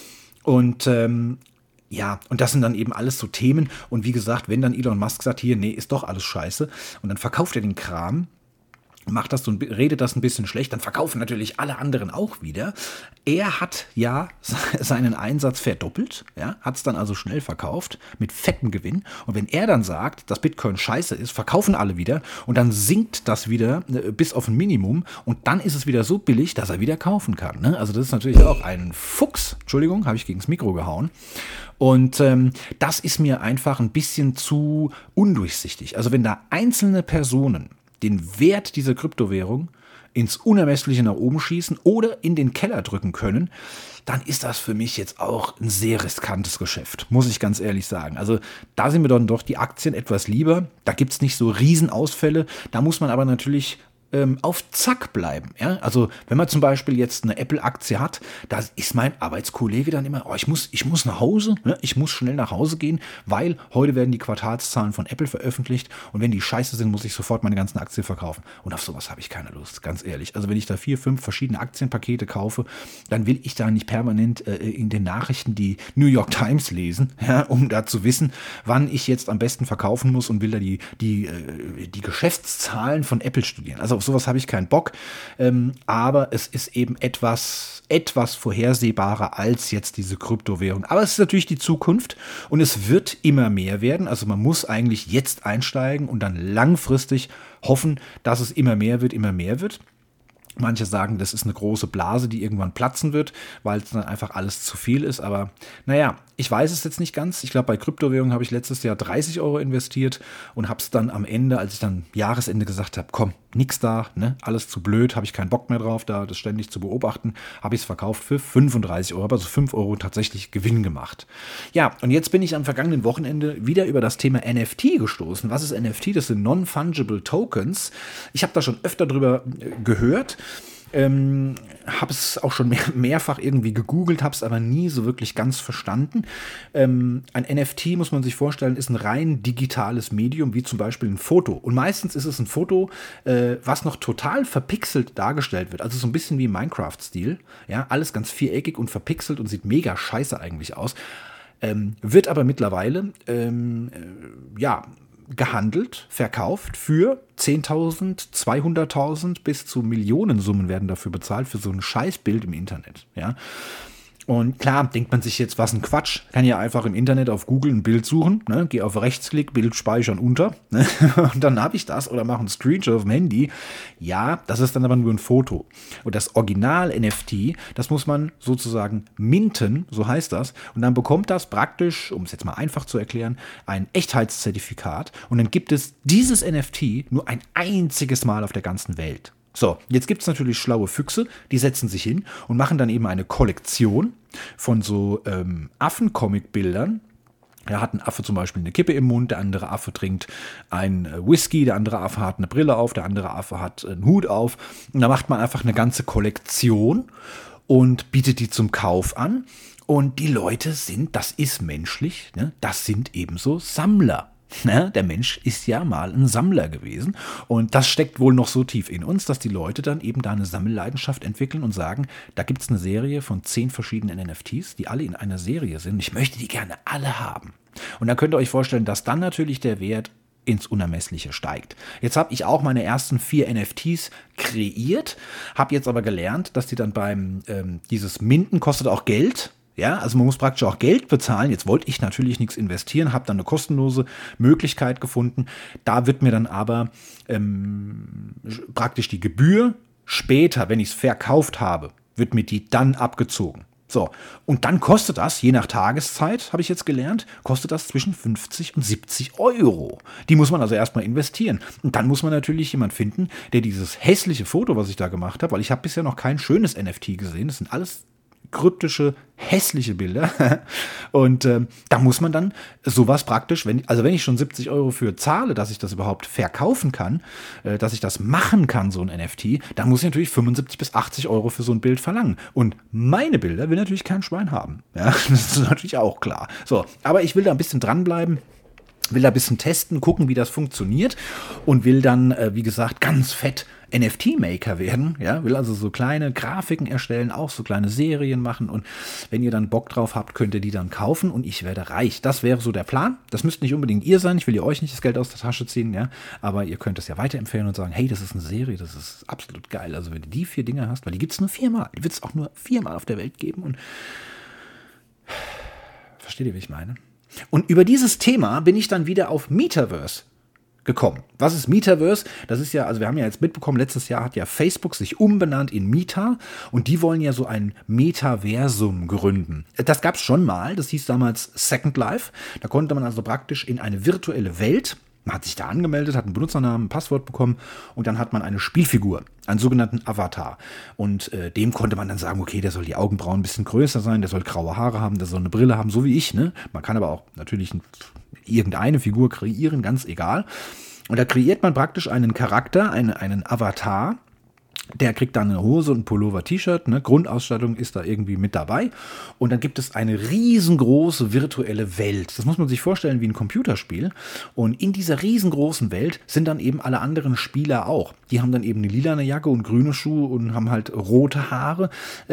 A: Und ähm, ja, und das sind dann eben alles so Themen. Und wie gesagt, wenn dann Elon Musk sagt, hier, nee, ist doch alles scheiße, und dann verkauft er den Kram, macht das so, redet das ein bisschen schlecht, dann verkaufen natürlich alle anderen auch wieder. Er hat ja seinen Einsatz verdoppelt, ja, hat es dann also schnell verkauft, mit fettem Gewinn. Und wenn er dann sagt, dass Bitcoin scheiße ist, verkaufen alle wieder und dann sinkt das wieder äh, bis auf ein Minimum und dann ist es wieder so billig, dass er wieder kaufen kann. Ne? Also das ist natürlich auch ein Fuchs. Entschuldigung, habe ich gegen das Mikro gehauen. Und ähm, das ist mir einfach ein bisschen zu undurchsichtig. Also wenn da einzelne Personen den Wert dieser Kryptowährung ins Unermessliche nach oben schießen oder in den Keller drücken können, dann ist das für mich jetzt auch ein sehr riskantes Geschäft, muss ich ganz ehrlich sagen. Also da sind mir dann doch die Aktien etwas lieber. Da gibt es nicht so Riesenausfälle. Da muss man aber natürlich ähm, auf Zack bleiben. Ja? Also wenn man zum Beispiel jetzt eine Apple-Aktie hat, da ist mein Arbeitskollege dann immer, oh, ich muss, ich muss nach Hause, ne? Ich muss schnell nach Hause gehen, weil heute werden die Quartalszahlen von Apple veröffentlicht und wenn die scheiße sind, muss ich sofort meine ganzen Aktien verkaufen. Und auf sowas habe ich keine Lust, ganz ehrlich. Also wenn ich da vier, fünf verschiedene Aktienpakete kaufe, dann will ich da nicht permanent äh, in den Nachrichten die New York Times lesen, ja, um da zu wissen, wann ich jetzt am besten verkaufen muss und will da die, die, äh, die Geschäftszahlen von Apple studieren. Also auf sowas habe ich keinen Bock, ähm, aber es ist eben etwas, etwas vorhersehbarer als jetzt diese Kryptowährung. Aber es ist natürlich die Zukunft und es wird immer mehr werden. Also man muss eigentlich jetzt einsteigen und dann langfristig hoffen, dass es immer mehr wird, immer mehr wird. Manche sagen, das ist eine große Blase, die irgendwann platzen wird, weil es dann einfach alles zu viel ist. Aber naja, ich weiß es jetzt nicht ganz. Ich glaube, bei Kryptowährungen habe ich letztes Jahr dreißig Euro investiert und habe es dann am Ende, als ich dann Jahresende gesagt habe, komm, nix da, ne, alles zu blöd, habe ich keinen Bock mehr drauf, da das ständig zu beobachten, habe ich es verkauft für fünfunddreißig Euro, habe also fünf Euro tatsächlich Gewinn gemacht. Ja, und jetzt bin ich am vergangenen Wochenende wieder über das Thema N F T gestoßen. Was ist N F T? Das sind Non-Fungible Tokens. Ich habe da schon öfter drüber gehört. Ähm, habe es auch schon mehr, mehrfach irgendwie gegoogelt, habe es aber nie so wirklich ganz verstanden. Ähm, ein N F T, muss man sich vorstellen, ist ein rein digitales Medium, wie zum Beispiel ein Foto. Und meistens ist es ein Foto, äh, was noch total verpixelt dargestellt wird. Also so ein bisschen wie im Minecraft-Stil. Ja, alles ganz viereckig und verpixelt und sieht mega scheiße eigentlich aus. Ähm, wird aber mittlerweile, ähm, äh, ja, gehandelt, verkauft für zehntausend, zweihunderttausend bis zu Millionensummen werden dafür bezahlt für so ein Scheißbild im Internet. Ja. Und klar, denkt man sich jetzt, was ein Quatsch. Kann ja einfach im Internet auf Google ein Bild suchen, ne? Gehe auf Rechtsklick, Bild speichern unter, ne? Und dann habe ich das oder mache einen Screenshot auf dem Handy. Ja, das ist dann aber nur ein Foto. Und das Original-N F T, das muss man sozusagen minten, so heißt das. Und dann bekommt das praktisch, um es jetzt mal einfach zu erklären, ein Echtheitszertifikat. Und dann gibt es dieses N F T nur ein einziges Mal auf der ganzen Welt. So, jetzt gibt es natürlich schlaue Füchse, die setzen sich hin und machen dann eben eine Kollektion von so ähm, Affen-Comic-Bildern. Da hat ein Affe zum Beispiel eine Kippe im Mund, der andere Affe trinkt ein Whisky, der andere Affe hat eine Brille auf, der andere Affe hat einen Hut auf. Und da macht man einfach eine ganze Kollektion und bietet die zum Kauf an. Und die Leute sind, das ist menschlich, ne? Das sind ebenso Sammler. Ja, der Mensch ist ja mal ein Sammler gewesen und das steckt wohl noch so tief in uns, dass die Leute dann eben da eine Sammelleidenschaft entwickeln und sagen, da gibt es eine Serie von zehn verschiedenen N F Ts, die alle in einer Serie sind. Ich möchte die gerne alle haben. Und dann könnt ihr euch vorstellen, dass dann natürlich der Wert ins Unermessliche steigt. Jetzt habe ich auch meine ersten vier N F Ts kreiert, habe jetzt aber gelernt, dass die dann beim, ähm, dieses Minden kostet auch Geld. Ja, also man muss praktisch auch Geld bezahlen. Jetzt wollte ich natürlich nichts investieren, habe dann eine kostenlose Möglichkeit gefunden. Da wird mir dann aber ähm, praktisch die Gebühr später, wenn ich es verkauft habe, wird mir die dann abgezogen. So, und dann kostet das, je nach Tageszeit, habe ich jetzt gelernt, kostet das zwischen fünfzig und siebzig Euro. Die muss man also erstmal investieren. Und dann muss man natürlich jemanden finden, der dieses hässliche Foto, was ich da gemacht habe, weil ich habe bisher noch kein schönes N F T gesehen, das sind alles kryptische, hässliche Bilder. Und ähm, da muss man dann sowas praktisch, wenn, also wenn ich schon siebzig Euro für zahle, dass ich das überhaupt verkaufen kann, äh, dass ich das machen kann, so ein N F T, dann muss ich natürlich fünfundsiebzig bis achtzig Euro für so ein Bild verlangen. Und meine Bilder will natürlich kein Schwein haben. Ja, das ist natürlich auch klar. So, aber ich will da ein bisschen dranbleiben. Will da ein bisschen testen, gucken, wie das funktioniert und will dann, äh, wie gesagt, ganz fett N F T-Maker werden. Ja, will also so kleine Grafiken erstellen, auch so kleine Serien machen und wenn ihr dann Bock drauf habt, könnt ihr die dann kaufen und ich werde reich. Das wäre so der Plan. Das müsst nicht unbedingt ihr sein. Ich will ihr euch nicht das Geld aus der Tasche ziehen, ja, aber ihr könnt es ja weiterempfehlen und sagen, hey, das ist eine Serie, das ist absolut geil. Also wenn du die vier Dinge hast, weil die gibt es nur viermal, die wird es auch nur viermal auf der Welt geben und versteht ihr, wie ich meine? Und über dieses Thema bin ich dann wieder auf Metaverse gekommen. Was ist Metaverse? Das ist ja, also wir haben ja jetzt mitbekommen, letztes Jahr hat ja Facebook sich umbenannt in Meta und die wollen ja so ein Metaversum gründen. Das gab es schon mal, das hieß damals Second Life. Da konnte man also praktisch in eine virtuelle Welt, man hat sich da angemeldet, hat einen Benutzernamen, ein Passwort bekommen und dann hat man eine Spielfigur, einen sogenannten Avatar. Und äh, dem konnte man dann sagen, okay, der soll die Augenbrauen ein bisschen größer sein, der soll graue Haare haben, der soll eine Brille haben, so wie ich. Ne? Man kann aber auch natürlich ein, irgendeine Figur kreieren, ganz egal. Und da kreiert man praktisch einen Charakter, einen, einen Avatar. Der kriegt dann eine Hose und ein Pullover, T-Shirt, ne? Grundausstattung ist da irgendwie mit dabei. Und dann gibt es eine riesengroße virtuelle Welt. Das muss man sich vorstellen wie ein Computerspiel. Und in dieser riesengroßen Welt sind dann eben alle anderen Spieler auch. Die haben dann eben eine lilane Jacke und grüne Schuhe und haben halt rote Haare.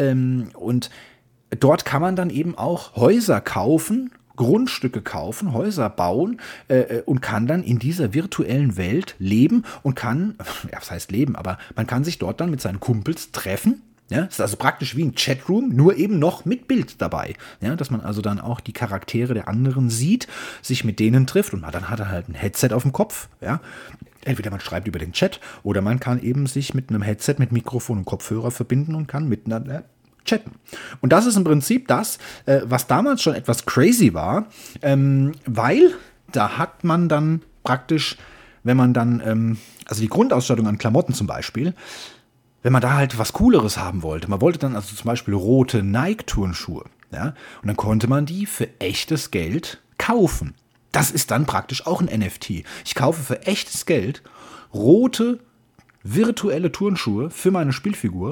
A: Und dort kann man dann eben auch Häuser kaufen, Grundstücke kaufen, Häuser bauen äh, und kann dann in dieser virtuellen Welt leben und kann, ja, was heißt leben, aber man kann sich dort dann mit seinen Kumpels treffen. Ja, ist also praktisch wie ein Chatroom, nur eben noch mit Bild dabei. Ja, dass man also dann auch die Charaktere der anderen sieht, sich mit denen trifft und man, dann hat er halt ein Headset auf dem Kopf. Ja. Entweder man schreibt über den Chat oder man kann eben sich mit einem Headset mit Mikrofon und Kopfhörer verbinden und kann miteinander chatten. Und das ist im Prinzip das, äh, was damals schon etwas crazy war, ähm, weil da hat man dann praktisch, wenn man dann, ähm, also die Grundausstattung an Klamotten zum Beispiel, wenn man da halt was Cooleres haben wollte, man wollte dann also zum Beispiel rote Nike-Turnschuhe, ja, und dann konnte man die für echtes Geld kaufen. Das ist dann praktisch auch ein N F T. Ich kaufe für echtes Geld rote virtuelle Turnschuhe für meine Spielfigur.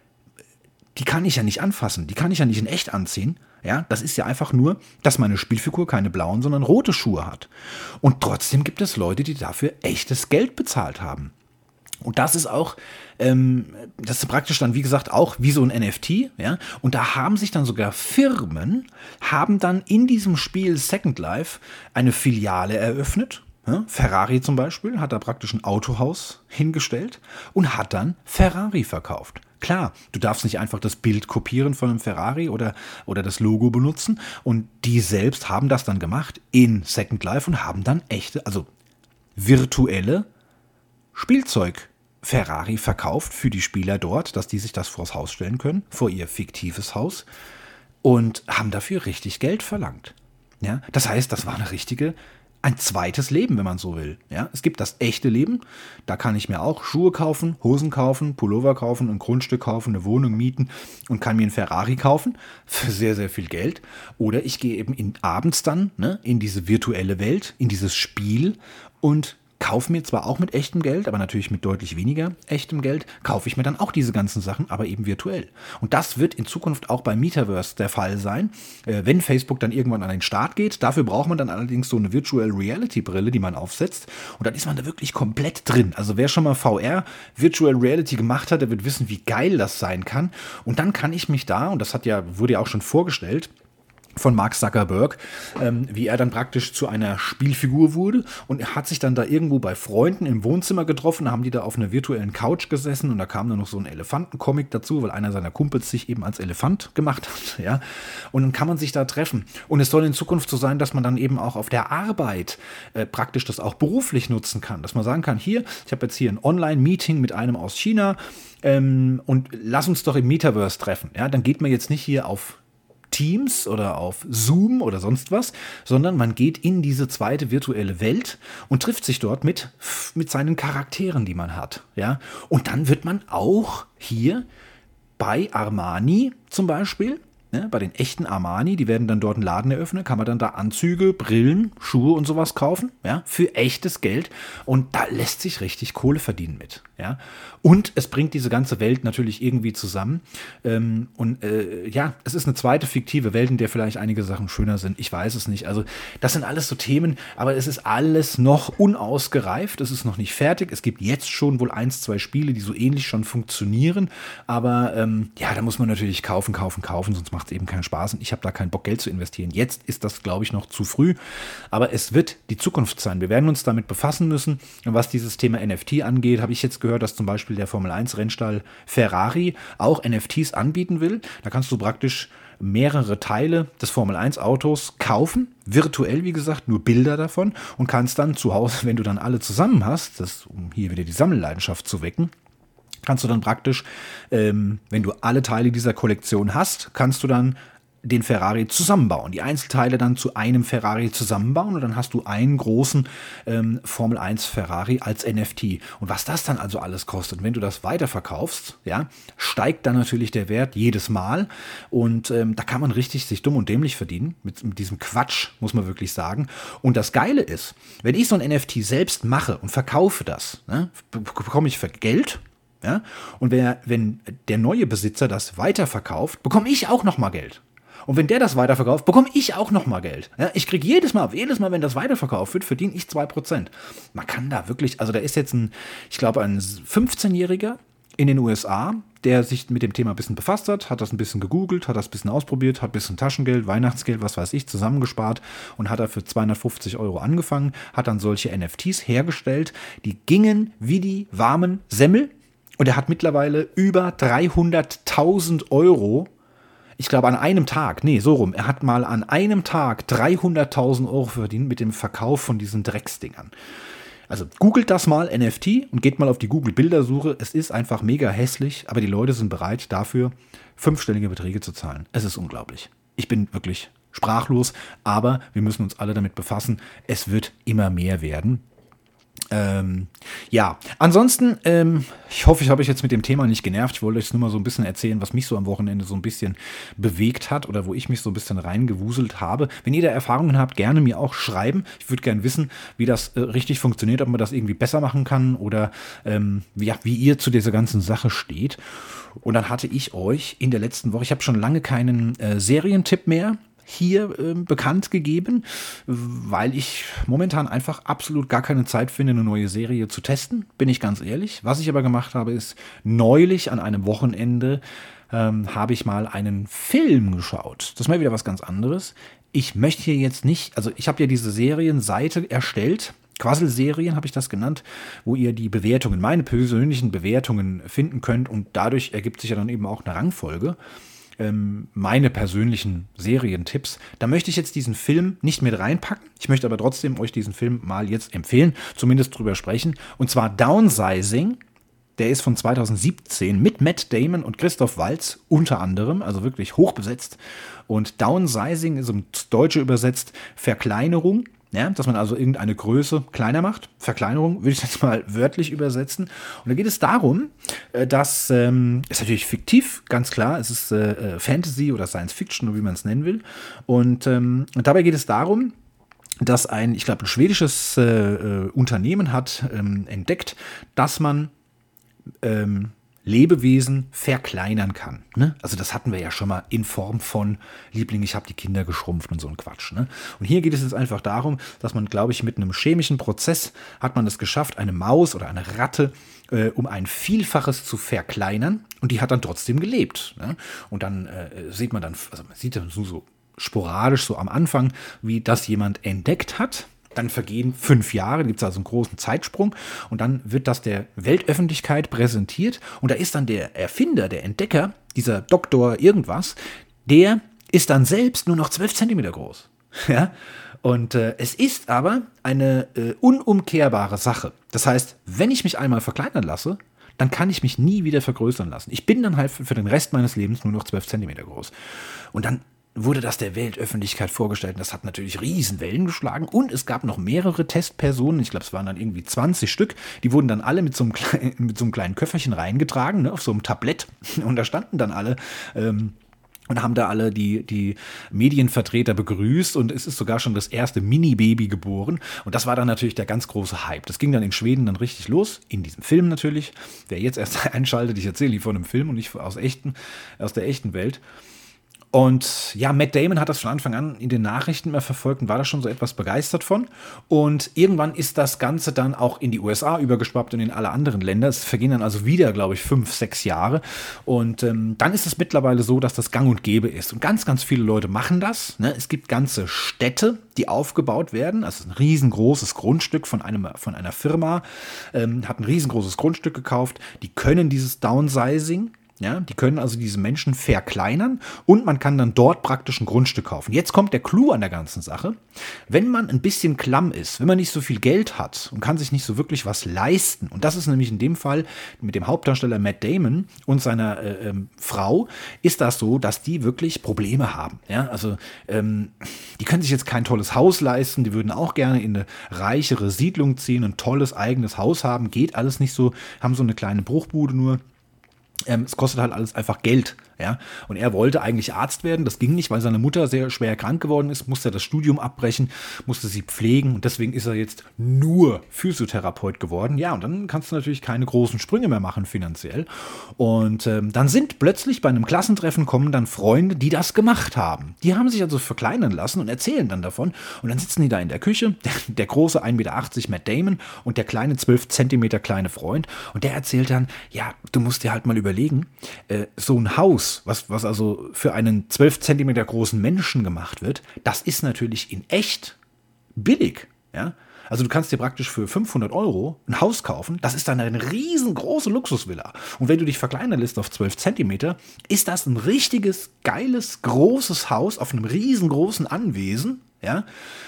A: Die kann ich ja nicht anfassen, die kann ich ja nicht in echt anziehen. Ja, das ist ja einfach nur, dass meine Spielfigur keine blauen, sondern rote Schuhe hat. Und trotzdem gibt es Leute, die dafür echtes Geld bezahlt haben. Und das ist auch, ähm, das ist praktisch dann, wie gesagt, auch wie so ein N F T. Ja? Und da haben sich dann sogar Firmen, haben dann in diesem Spiel Second Life eine Filiale eröffnet. Ja? Ferrari zum Beispiel hat da praktisch ein Autohaus hingestellt und hat dann Ferrari verkauft. Klar, du darfst nicht einfach das Bild kopieren von einem Ferrari oder, oder das Logo benutzen. Und die selbst haben das dann gemacht in Second Life und haben dann echte, also virtuelle Spielzeug Ferrari verkauft für die Spieler dort, dass die sich das vors Haus stellen können, vor ihr fiktives Haus, und haben dafür richtig Geld verlangt. Ja, das heißt, das war eine richtige, ein zweites Leben, wenn man so will. Ja, es gibt das echte Leben, da kann ich mir auch Schuhe kaufen, Hosen kaufen, Pullover kaufen, ein Grundstück kaufen, eine Wohnung mieten und kann mir einen Ferrari kaufen für sehr, sehr viel Geld. Oder ich gehe eben in, abends dann ne, in diese virtuelle Welt, in dieses Spiel und kaufe mir zwar auch mit echtem Geld, aber natürlich mit deutlich weniger echtem Geld, kaufe ich mir dann auch diese ganzen Sachen, aber eben virtuell. Und das wird in Zukunft auch beim Metaverse der Fall sein, äh, wenn Facebook dann irgendwann an den Start geht. Dafür braucht man dann allerdings so eine Virtual Reality Brille, die man aufsetzt. Und dann ist man da wirklich komplett drin. Also wer schon mal V R, Virtual Reality gemacht hat, der wird wissen, wie geil das sein kann. Und dann kann ich mich da, und das hat ja, wurde ja auch schon vorgestellt, von Mark Zuckerberg, ähm, wie er dann praktisch zu einer Spielfigur wurde und er hat sich dann da irgendwo bei Freunden im Wohnzimmer getroffen, da haben die da auf einer virtuellen Couch gesessen und da kam dann noch so ein Elefantencomic dazu, weil einer seiner Kumpels sich eben als Elefant gemacht hat, ja, und dann kann man sich da treffen und es soll in Zukunft so sein, dass man dann eben auch auf der Arbeit äh, praktisch das auch beruflich nutzen kann, dass man sagen kann, hier, ich habe jetzt hier ein Online-Meeting mit einem aus China ähm, und lass uns doch im Metaverse treffen, ja, dann geht man jetzt nicht hier auf Teams oder auf Zoom oder sonst was, sondern man geht in diese zweite virtuelle Welt und trifft sich dort mit, mit seinen Charakteren, die man hat. Ja? Und dann wird man auch hier bei Armani zum Beispiel, ne, bei den echten Armani, die werden dann dort einen Laden eröffnen, kann man dann da Anzüge, Brillen, Schuhe und sowas kaufen, ja, für echtes Geld und da lässt sich richtig Kohle verdienen mit, ja. Und es bringt diese ganze Welt natürlich irgendwie zusammen ähm, und äh, ja, es ist eine zweite fiktive Welt, in der vielleicht einige Sachen schöner sind, ich weiß es nicht, also das sind alles so Themen, aber es ist alles noch unausgereift, es ist noch nicht fertig, es gibt jetzt schon wohl eins, zwei Spiele, die so ähnlich schon funktionieren, aber ähm, ja, da muss man natürlich kaufen, kaufen, kaufen, sonst macht es eben keinen Spaß und ich habe da keinen Bock, Geld zu investieren. Jetzt ist das, glaube ich, noch zu früh, aber es wird die Zukunft sein. Wir werden uns damit befassen müssen. Und was dieses Thema N F T angeht, habe ich jetzt gehört, dass zum Beispiel der Formel eins Rennstall Ferrari auch N F Ts anbieten will. Da kannst du praktisch mehrere Teile des Formel eins Autos kaufen, virtuell, wie gesagt, nur Bilder davon und kannst dann zu Hause, wenn du dann alle zusammen hast, das, um hier wieder die Sammelleidenschaft zu wecken, kannst du dann praktisch, ähm, wenn du alle Teile dieser Kollektion hast, kannst du dann den Ferrari zusammenbauen, die Einzelteile dann zu einem Ferrari zusammenbauen und dann hast du einen großen ähm, Formel eins Ferrari als N F T. Und was das dann also alles kostet, wenn du das weiterverkaufst, ja, steigt dann natürlich der Wert jedes Mal und ähm, da kann man richtig sich dumm und dämlich verdienen, mit, mit diesem Quatsch, muss man wirklich sagen. Und das Geile ist, wenn ich so ein N F T selbst mache und verkaufe das, ne, bekomme ich für Geld. Ja? Und wer, wenn der neue Besitzer das weiterverkauft, bekomme ich auch nochmal Geld. Und wenn der das weiterverkauft, bekomme ich auch nochmal Geld. Ja? Ich kriege jedes Mal, jedes Mal, wenn das weiterverkauft wird, verdiene ich zwei Prozent. Man kann da wirklich, also da ist jetzt ein, ich glaube, ein fünfzehnjähriger in den U S A, der sich mit dem Thema ein bisschen befasst hat, hat das ein bisschen gegoogelt, hat das ein bisschen ausprobiert, hat ein bisschen Taschengeld, Weihnachtsgeld, was weiß ich, zusammengespart und hat dafür zweihundertfünfzig Euro angefangen, hat dann solche N F Ts hergestellt, die gingen wie die warmen Semmel. Und er hat mittlerweile über dreihunderttausend Euro, ich glaube an einem Tag, nee, so rum, er hat mal an einem Tag dreihunderttausend Euro verdient mit dem Verkauf von diesen Drecksdingern. Also googelt das mal, N F T, und geht mal auf die Google-Bildersuche. Es ist einfach mega hässlich, aber die Leute sind bereit, dafür fünfstellige Beträge zu zahlen. Es ist unglaublich. Ich bin wirklich sprachlos, aber wir müssen uns alle damit befassen. Es wird immer mehr werden. Ähm, ja, ansonsten, ähm, ich hoffe, ich habe euch jetzt mit dem Thema nicht genervt. Ich wollte euch nur mal so ein bisschen erzählen, was mich so am Wochenende so ein bisschen bewegt hat oder wo ich mich so ein bisschen reingewuselt habe. Wenn ihr da Erfahrungen habt, gerne mir auch schreiben. Ich würde gerne wissen, wie das äh, richtig funktioniert, ob man das irgendwie besser machen kann oder ähm, wie, ja, wie ihr zu dieser ganzen Sache steht. Und dann hatte ich euch in der letzten Woche, ich habe schon lange keinen äh, Serientipp mehr hier äh, bekannt gegeben, weil ich momentan einfach absolut gar keine Zeit finde, eine neue Serie zu testen, bin ich ganz ehrlich. Was ich aber gemacht habe, ist neulich an einem Wochenende ähm, habe ich mal einen Film geschaut. Das ist mal wieder was ganz anderes. Ich möchte hier jetzt nicht, also ich habe ja diese Serienseite erstellt, Quasselserien habe ich das genannt, wo ihr die Bewertungen, meine persönlichen Bewertungen finden könnt und dadurch ergibt sich ja dann eben auch eine Rangfolge. Meine persönlichen Serientipps. Da möchte ich jetzt diesen Film nicht mit reinpacken. Ich möchte aber trotzdem euch diesen Film mal jetzt empfehlen, zumindest drüber sprechen. Und zwar Downsizing. Der ist von zweitausendsiebzehn mit Matt Damon und Christoph Waltz unter anderem, also wirklich hochbesetzt. Und Downsizing ist ins Deutsche übersetzt Verkleinerung. Ja, dass man also irgendeine Größe kleiner macht. Verkleinerung würde ich jetzt mal wörtlich übersetzen. Und da geht es darum, dass, ähm, ist natürlich fiktiv, ganz klar, es ist äh, Fantasy oder Science Fiction, oder wie man es nennen will. Und ähm, dabei geht es darum, dass ein, ich glaube, ein schwedisches äh, Unternehmen hat ähm, entdeckt, dass man ähm, Lebewesen verkleinern kann. Ne? Also das hatten wir ja schon mal in Form von Liebling, ich habe die Kinder geschrumpft und so ein Quatsch. Ne? Und hier geht es jetzt einfach darum, dass man, glaube ich, mit einem chemischen Prozess hat man es geschafft, eine Maus oder eine Ratte äh, um ein Vielfaches zu verkleinern und die hat dann trotzdem gelebt. Ne? Und dann äh, sieht man dann, also man sieht dann so, so sporadisch so am Anfang, wie das jemand entdeckt hat. Dann vergehen fünf Jahre, da gibt es also einen großen Zeitsprung und dann wird das der Weltöffentlichkeit präsentiert und da ist dann der Erfinder, der Entdecker, dieser Doktor irgendwas, der ist dann selbst nur noch zwölf Zentimeter groß. Ja? Und äh, es ist aber eine äh, unumkehrbare Sache. Das heißt, wenn ich mich einmal verkleinern lasse, dann kann ich mich nie wieder vergrößern lassen. Ich bin dann halt für den Rest meines Lebens nur noch zwölf Zentimeter groß. Und dann wurde das der Weltöffentlichkeit vorgestellt. Und das hat natürlich Riesenwellen geschlagen. Und es gab noch mehrere Testpersonen, ich glaube, es waren dann irgendwie zwanzig Stück, die wurden dann alle mit so einem, kleinen, mit so einem kleinen Köfferchen reingetragen, ne, auf so einem Tablett. Und da standen dann alle ähm, und haben da alle die, die Medienvertreter begrüßt. Und es ist sogar schon das erste Mini-Baby geboren. Und das war dann natürlich der ganz große Hype. Das ging dann in Schweden dann richtig los, in diesem Film natürlich. Wer jetzt erst einschaltet, ich erzähle hier von einem Film und nicht aus, echten, aus der echten Welt. Und ja, Matt Damon hat das von Anfang an in den Nachrichten immer verfolgt und war da schon so etwas begeistert von. Und irgendwann ist das Ganze dann auch in die U S A übergeschwappt und in alle anderen Länder. Es vergehen dann also wieder, glaube ich, fünf, sechs Jahre. Und ähm, dann ist es mittlerweile so, dass das gang und gäbe ist. Und ganz, ganz viele Leute machen das. Ne? Es gibt ganze Städte, die aufgebaut werden. Also ein riesengroßes Grundstück von, einem, von einer Firma, ähm, hat ein riesengroßes Grundstück gekauft. Die können dieses Downsizing. Ja, die können also diese Menschen verkleinern und man kann dann dort praktisch ein Grundstück kaufen. Jetzt kommt der Clou an der ganzen Sache. Wenn man ein bisschen klamm ist, wenn man nicht so viel Geld hat und kann sich nicht so wirklich was leisten, und das ist nämlich in dem Fall mit dem Hauptdarsteller Matt Damon und seiner äh, ähm, Frau, ist das so, dass die wirklich Probleme haben. Ja, also ähm, die können sich jetzt kein tolles Haus leisten, die würden auch gerne in eine reichere Siedlung ziehen, ein tolles eigenes Haus haben, geht alles nicht so, haben so eine kleine Bruchbude nur. Ähm, es kostet halt alles einfach Geld. Ja? Und er wollte eigentlich Arzt werden, das ging nicht, weil seine Mutter sehr schwer krank geworden ist, musste er das Studium abbrechen, musste sie pflegen und deswegen ist er jetzt nur Physiotherapeut geworden. Ja, und dann kannst du natürlich keine großen Sprünge mehr machen finanziell. Und ähm, dann sind plötzlich bei einem Klassentreffen kommen dann Freunde, die das gemacht haben. Die haben sich also verkleinern lassen und erzählen dann davon. Und dann sitzen die da in der Küche, der, der große ein Meter achtzig Matt Damon und der kleine zwölf Zentimeter kleine Freund. Und der erzählt dann, ja, du musst dir halt mal überlegen, äh, so ein Haus, Was, was also für einen zwölf Zentimeter großen Menschen gemacht wird, das ist natürlich in echt billig. Ja? Also du kannst dir praktisch für fünfhundert Euro ein Haus kaufen, das ist dann eine riesengroße Luxusvilla. Und wenn du dich verkleinern lässt auf zwölf Zentimeter, ist das ein richtiges, geiles, großes Haus auf einem riesengroßen Anwesen, ja,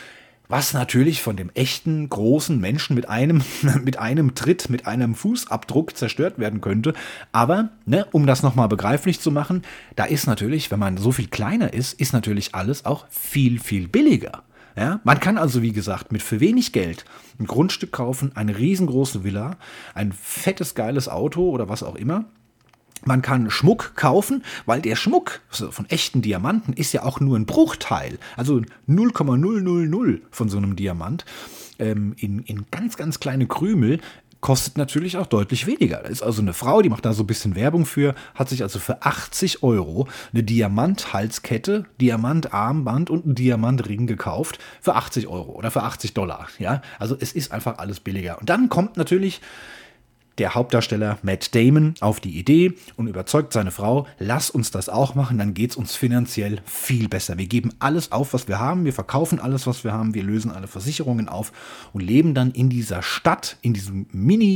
A: was natürlich von dem echten, großen Menschen mit einem, mit einem Tritt, mit einem Fußabdruck zerstört werden könnte. Aber, ne, um das nochmal begreiflich zu machen, da ist natürlich, wenn man so viel kleiner ist, ist natürlich alles auch viel, viel billiger. Ja? Man kann also, wie gesagt, mit für wenig Geld ein Grundstück kaufen, eine riesengroße Villa, ein fettes, geiles Auto oder was auch immer. Man kann Schmuck kaufen, weil der Schmuck von echten Diamanten ist ja auch nur ein Bruchteil, also null Komma null null null von so einem Diamant ähm, in, in ganz, ganz kleine Krümel, kostet natürlich auch deutlich weniger. Da ist also eine Frau, die macht da so ein bisschen Werbung für, hat sich also für achtzig Euro eine Diamant-Halskette, Diamant-Armband und einen Diamantring gekauft für achtzig Euro oder für achtzig Dollar. Ja? Also es ist einfach alles billiger. Und dann kommt natürlich der Hauptdarsteller Matt Damon auf die Idee und überzeugt seine Frau, lass uns das auch machen, dann geht es uns finanziell viel besser. Wir geben alles auf, was wir haben, wir verkaufen alles, was wir haben, wir lösen alle Versicherungen auf und leben dann in dieser Stadt, in diesem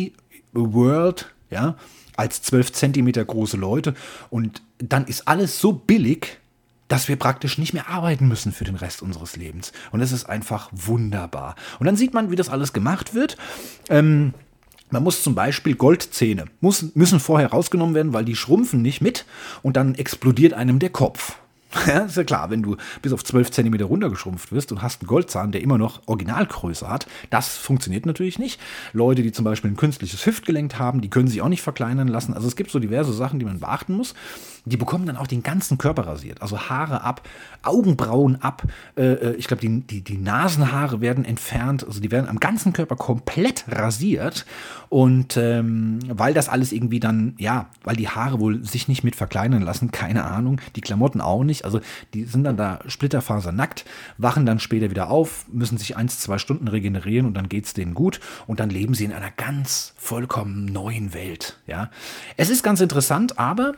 A: Mini-World, ja, als zwölf Zentimeter große Leute und dann ist alles so billig, dass wir praktisch nicht mehr arbeiten müssen für den Rest unseres Lebens. Und das ist einfach wunderbar. Und dann sieht man, wie das alles gemacht wird. Ähm, Man muss zum Beispiel Goldzähne, muss, müssen vorher rausgenommen werden, weil die schrumpfen nicht mit und dann explodiert einem der Kopf. Ja, ist ja klar, wenn du bis auf zwölf Zentimeter runtergeschrumpft wirst und hast einen Goldzahn, der immer noch Originalgröße hat, das funktioniert natürlich nicht. Leute, die zum Beispiel ein künstliches Hüftgelenk haben, die können sich auch nicht verkleinern lassen. Also es gibt so diverse Sachen, die man beachten muss. Die bekommen dann auch den ganzen Körper rasiert. Also Haare ab, Augenbrauen ab, äh, ich glaube, die, die, die Nasenhaare werden entfernt. Also die werden am ganzen Körper komplett rasiert. Und ähm, weil das alles irgendwie dann, ja, weil die Haare wohl sich nicht mit verkleinern lassen, keine Ahnung, die Klamotten auch nicht. Also die sind dann da splitterfasernackt, wachen dann später wieder auf, müssen sich eins, zwei Stunden regenerieren und dann geht es denen gut. Und dann leben sie in einer ganz vollkommen neuen Welt. Ja. Es ist ganz interessant, aber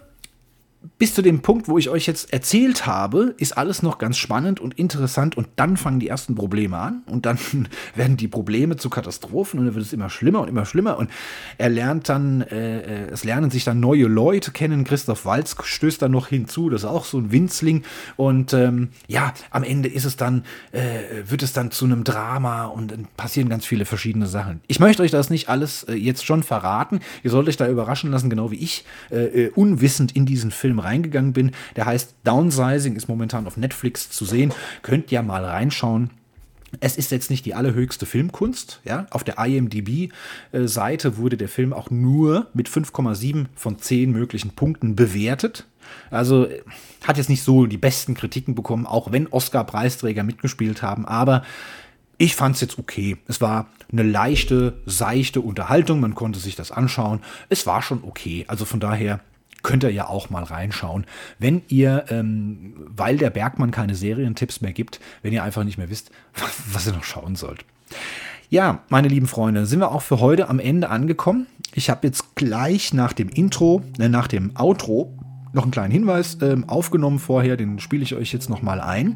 A: bis zu dem Punkt, wo ich euch jetzt erzählt habe, ist alles noch ganz spannend und interessant und dann fangen die ersten Probleme an und dann werden die Probleme zu Katastrophen und dann wird es immer schlimmer und immer schlimmer und er lernt dann, äh, es lernen sich dann neue Leute kennen, Christoph Waltz stößt dann noch hinzu, das ist auch so ein Winzling und ähm, ja, am Ende ist es dann, äh, wird es dann zu einem Drama und dann passieren ganz viele verschiedene Sachen. Ich möchte euch das nicht alles äh, jetzt schon verraten, ihr sollt euch da überraschen lassen, genau wie ich, äh, unwissend in diesen Film reingegangen bin. Der heißt Downsizing, ist momentan auf Netflix zu sehen. Könnt ihr mal reinschauen. Es ist jetzt nicht die allerhöchste Filmkunst. Ja? Auf der I M D B-Seite wurde der Film auch nur mit fünf Komma sieben von zehn möglichen Punkten bewertet. Also hat jetzt nicht so die besten Kritiken bekommen, auch wenn Oscar-Preisträger mitgespielt haben. Aber ich fand es jetzt okay. Es war eine leichte, seichte Unterhaltung. Man konnte sich das anschauen. Es war schon okay. Also von daher könnt ihr ja auch mal reinschauen, wenn ihr, ähm, weil der Bergmann keine Serientipps mehr gibt, wenn ihr einfach nicht mehr wisst, was ihr noch schauen sollt. Ja, meine lieben Freunde, sind wir auch für heute am Ende angekommen. Ich habe jetzt gleich nach dem Intro, äh, nach dem Outro noch einen kleinen Hinweis ähm, aufgenommen vorher, den spiele ich euch jetzt nochmal ein.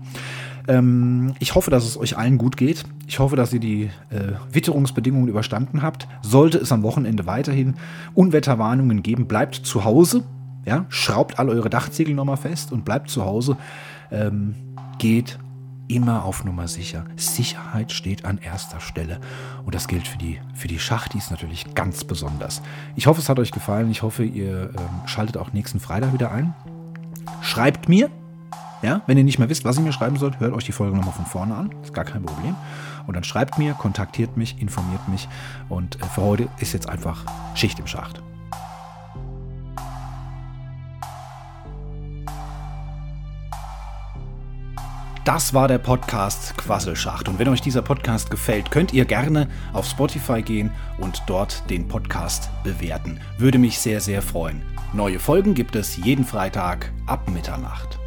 A: Ähm, ich hoffe, dass es euch allen gut geht. Ich hoffe, dass ihr die äh, Witterungsbedingungen überstanden habt. Sollte es am Wochenende weiterhin Unwetterwarnungen geben, bleibt zu Hause. Ja, schraubt all eure Dachziegel nochmal fest und bleibt zu Hause. Ähm, geht immer auf Nummer sicher. Sicherheit steht an erster Stelle. Und das gilt für die, für die Schachtis natürlich ganz besonders. Ich hoffe, es hat euch gefallen. Ich hoffe, ihr ähm, schaltet auch nächsten Freitag wieder ein. Schreibt mir. Ja, wenn ihr nicht mehr wisst, was ihr mir schreiben sollt, hört euch die Folge nochmal von vorne an. Ist gar kein Problem. Und dann schreibt mir, kontaktiert mich, informiert mich. Und äh, für heute ist jetzt einfach Schicht im Schacht. Das war der Podcast Quasselschacht. Und wenn euch dieser Podcast gefällt, könnt ihr gerne auf Spotify gehen und dort den Podcast bewerten. Würde mich sehr, sehr freuen. Neue Folgen gibt es jeden Freitag ab Mitternacht.